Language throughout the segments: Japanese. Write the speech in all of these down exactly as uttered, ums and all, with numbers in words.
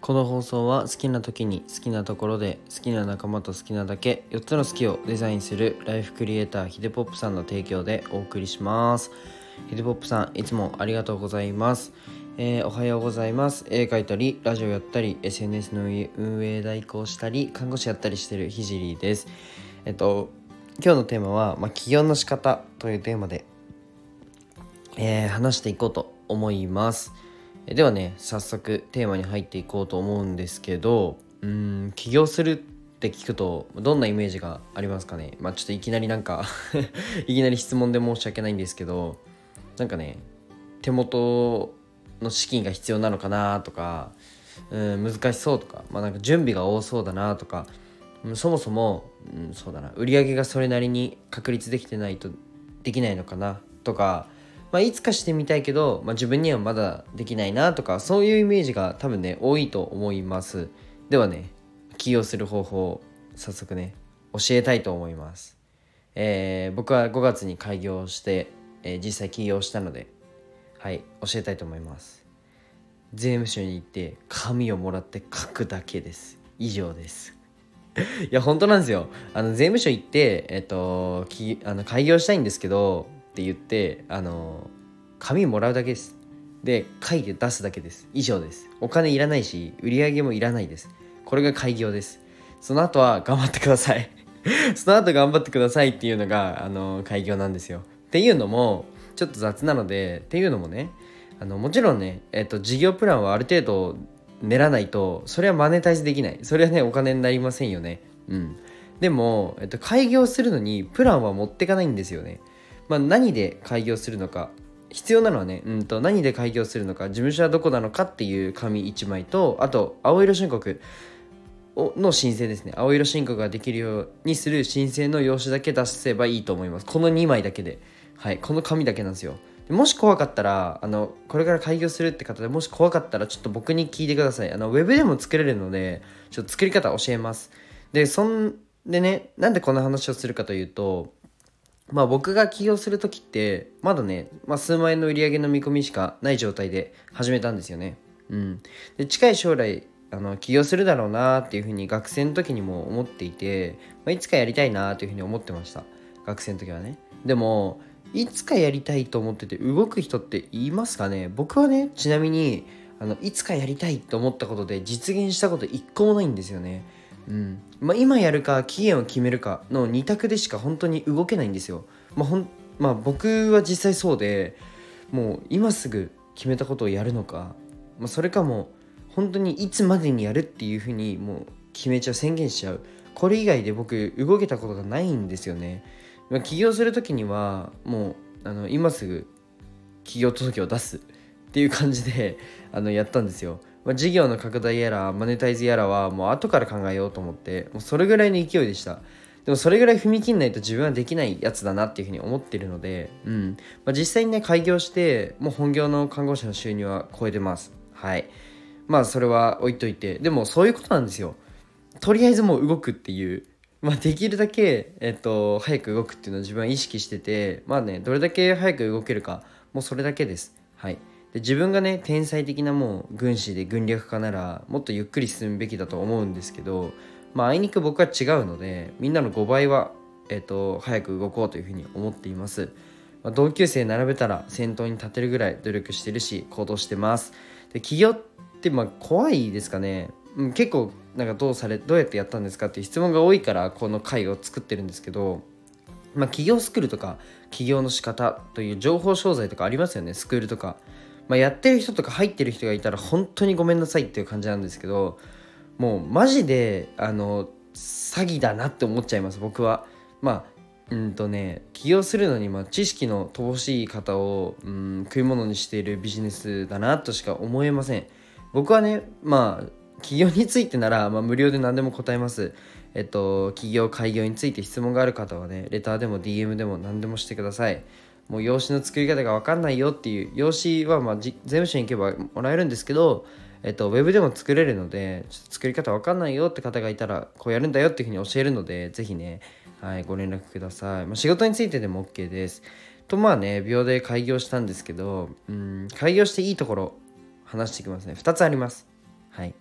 この放送は好きな時に好きなところで好きな仲間と好きなだけよっつの好きをデザインするライフクリエイターヒデポップさんの提供でお送りします。ヒデポップさん、いつもありがとうございます。えー、おはようございます。絵描いたりラジオやったり エスエヌエス の運営代行したり看護師やったりしてるひじりです。えっと今日のテーマは、まあ、起業の仕方というテーマで、えー、話していこうと思います。ではね、早速テーマに入っていこうと思うんですけど、うーん起業するって聞くとどんなイメージがありますかね。まあちょっといきなりなんかいきなり質問で申し訳ないんですけど、なんかね、手元の資金が必要なのかなとか、うん難しそうとか、まあなんか準備が多そうだなとか、うんそもそも、うん、そうだな売り上げがそれなりに確立できてないとできないのかなとか、まあ、いつかしてみたいけど、まあ、自分にはまだできないなとか、そういうイメージが多分ね多いと思います。ではね、起業する方法を早速ね教えたいと思います。えー、僕はごがつに開業して、えー実際起業したので、はい教えたいと思います。税務署に行って紙をもらって書くだけです。以上です。いや本当なんですよ。あの税務署行ってえっときあの開業したいんですけどって言って、あの紙もらうだけです。で書いて出すだけです。以上です。お金いらないし売り上げもいらないです。これが開業です。その後は頑張ってください。その後頑張ってくださいっていうのがあの開業なんですよ。っていうのもちょっと雑なので、っていうのもね、あのもちろんね、えっと、事業プランはある程度練らないとそれはマネタイズできない。それはねお金になりませんよね。うんでも、えっと、開業するのにプランは持ってかないんですよね。まあ何で開業するのか、必要なのはね、うんと何で開業するのか、事務所はどこなのかっていう紙いちまいと、あと青色申告の申請ですね。青色申告ができるようにする申請の用紙だけ出せばいいと思います。このにまいだけで、はい、この紙だけなんですよ。もし怖かったら、あのこれから開業するって方でもし怖かったらちょっと僕に聞いてください。あのウェブでも作れるので、ちょっと作り方教えます。でそんでね、なんでこんな話をするかというと、まあ僕が起業する時ってまだね、まあ、数万円の売り上げの見込みしかない状態で始めたんですよね。うん、で近い将来あの起業するだろうなっていうふうに学生の時にも思っていて、まあ、いつかやりたいなっていうふうに思ってました。学生の時はね。でもいつかやりたいと思ってて動く人っていますかね。僕はね、ちなみにあのいつかやりたいと思ったことで実現したこと一個もないんですよね。うんまあ、今やるか期限を決めるかのに択でしか本当に動けないんですよ。まあほんまあ、僕は実際そうで、もう今すぐ決めたことをやるのか、まあ、それかも本当にいつまでにやるっていうふうにもう決めちゃう、宣言しちゃう。これ以外で僕動けたことがないんですよね。まあ、起業する時にはもうあの今すぐ起業届を出すっていう感じであのやったんですよ。まあ、事業の拡大やらマネタイズやらはもう後から考えようと思って、もうそれぐらいの勢いでした。でもそれぐらい踏み切んないと自分はできないやつだなっていうふうに思ってるので、うんまあ、実際にね開業してもう本業の看護師の収入は超えてます。はい。まあそれは置いといて、でもそういうことなんですよ。とりあえずもう動くっていう、まあ、できるだけ、えっと、早く動くっていうのを自分は意識してて、まあね、どれだけ早く動けるか、もうそれだけです。はい。で自分がね、天才的なもう軍師で軍略家なら、もっとゆっくり進むべきだと思うんですけど、まあ、あいにく僕は違うので、みんなのごばいは、えっと、早く動こうというふうに思っています。まあ、同級生並べたら先頭に立てるぐらい努力してるし、行動してます。で、起業ってまあ怖いですかね。うん、結構なんかどうされどうやってやったんですかっていう質問が多いからこの回を作ってるんですけど、まあ、起業スクールとか起業の仕方という情報商材とかありますよね、スクールとか。まあ、やってる人とか入ってる人がいたら本当にごめんなさいっていう感じなんですけど、もうマジであの詐欺だなって思っちゃいます僕は。まあうんとね起業するのに、まあ、知識の乏しい方を、うん、食い物にしているビジネスだなとしか思えません。僕はね、まあ起業についてなら、まあ、無料で何でも答えます。えっと起業開業について質問がある方はね、レターでも ディーエム でも何でもしてください。もう用紙の作り方が分かんないよっていう、用紙はまあ税務署に行けばもらえるんですけど、えっと、ウェブでも作れるので、ちょっと作り方わかんないよって方がいたら、こうやるんだよっていうふうに教えるので、ぜひね、はい、ご連絡ください。まあ、仕事についてでも OK です。と、まあね、秒で開業したんですけど、うん、開業していいところ、話していきますね。ふたつあります。はい。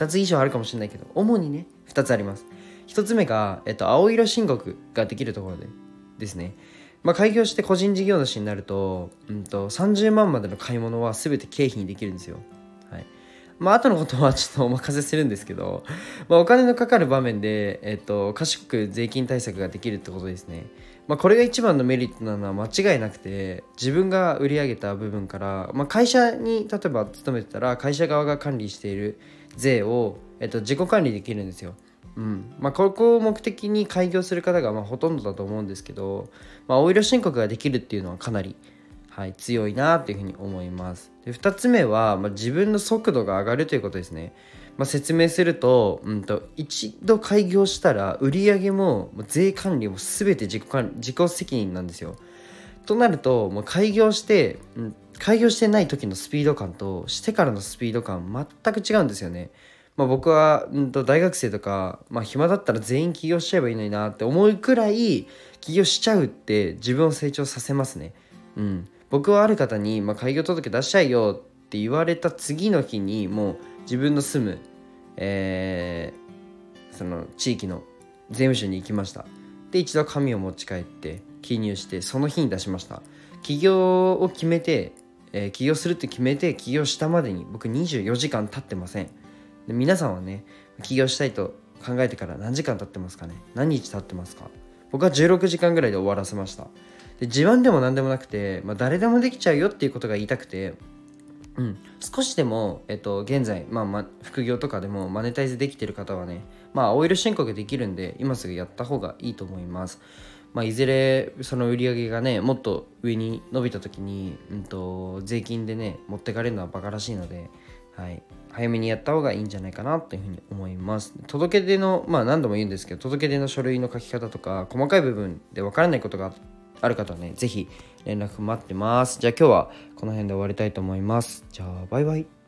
たつ以上あるかもしれないけど、主にねふたつあります。ひとつめが、えっと、青色申告ができるところでですね。まあ、開業して個人事業主になると、うんと、さんじゅうまんまでの買い物は全て経費にできるんですよ。はい。まあ、後のことはちょっとお任せするんですけど、まあ、お金のかかる場面で、えっと、賢く税金対策ができるってことですね。まあ、これが一番のメリットなのは間違いなくて、自分が売り上げた部分から、まあ、会社に例えば勤めてたら会社側が管理している税を、えっと、自己管理できるんですよ。うんまあ、ここを目的に開業する方がまあほとんどだと思うんですけど、まあ、青色申告ができるっていうのはかなり、はい、強いなっていうふうに思います。でふたつめは、まあ、自分の速度が上がるということですね。まあ、説明すると、うんと、一度開業したら売上も税管理も全て自己管理自己責任なんですよ。となると、もう開業して、うん、開業してない時のスピード感としてからのスピード感全く違うんですよね。まあ、僕は、うんと、大学生とか、まあ、暇だったら全員起業しちゃえばいいのになって思うくらい起業しちゃうって自分を成長させますね。うん、僕はある方に、まあ、開業届出しちゃいよって言われた次の日にもう自分の住む、えー、その地域の税務署に行きました。で一度紙を持ち帰って記入してその日に出しました。起業を決めて、えー、起業するって決めて起業したまでに僕にじゅうよじかん経ってません。で皆さんはね、起業したいと考えてから何時間経ってますかね。何日経ってますか。僕はじゅうろくじかんぐらいで終わらせました。で自慢でも何でもなくて、まあ、誰でもできちゃうよっていうことが言いたくて、うん、少しでも、えっと、現在、まあまあ、副業とかでもマネタイズできてる方はね、まあ、青色申告できるんで今すぐやった方がいいと思います。まあ、いずれその売り上げがねもっと上に伸びた時に、うんと、税金でね持ってかれるのはバカらしいので、はい、早めにやった方がいいんじゃないかなというふうに思います。届け出の、まあ何度も言うんですけど、届け出の書類の書き方とか細かい部分で分からないことがある方はね、ぜひ連絡待ってます。じゃあ今日はこの辺で終わりたいと思います。じゃあバイバイ。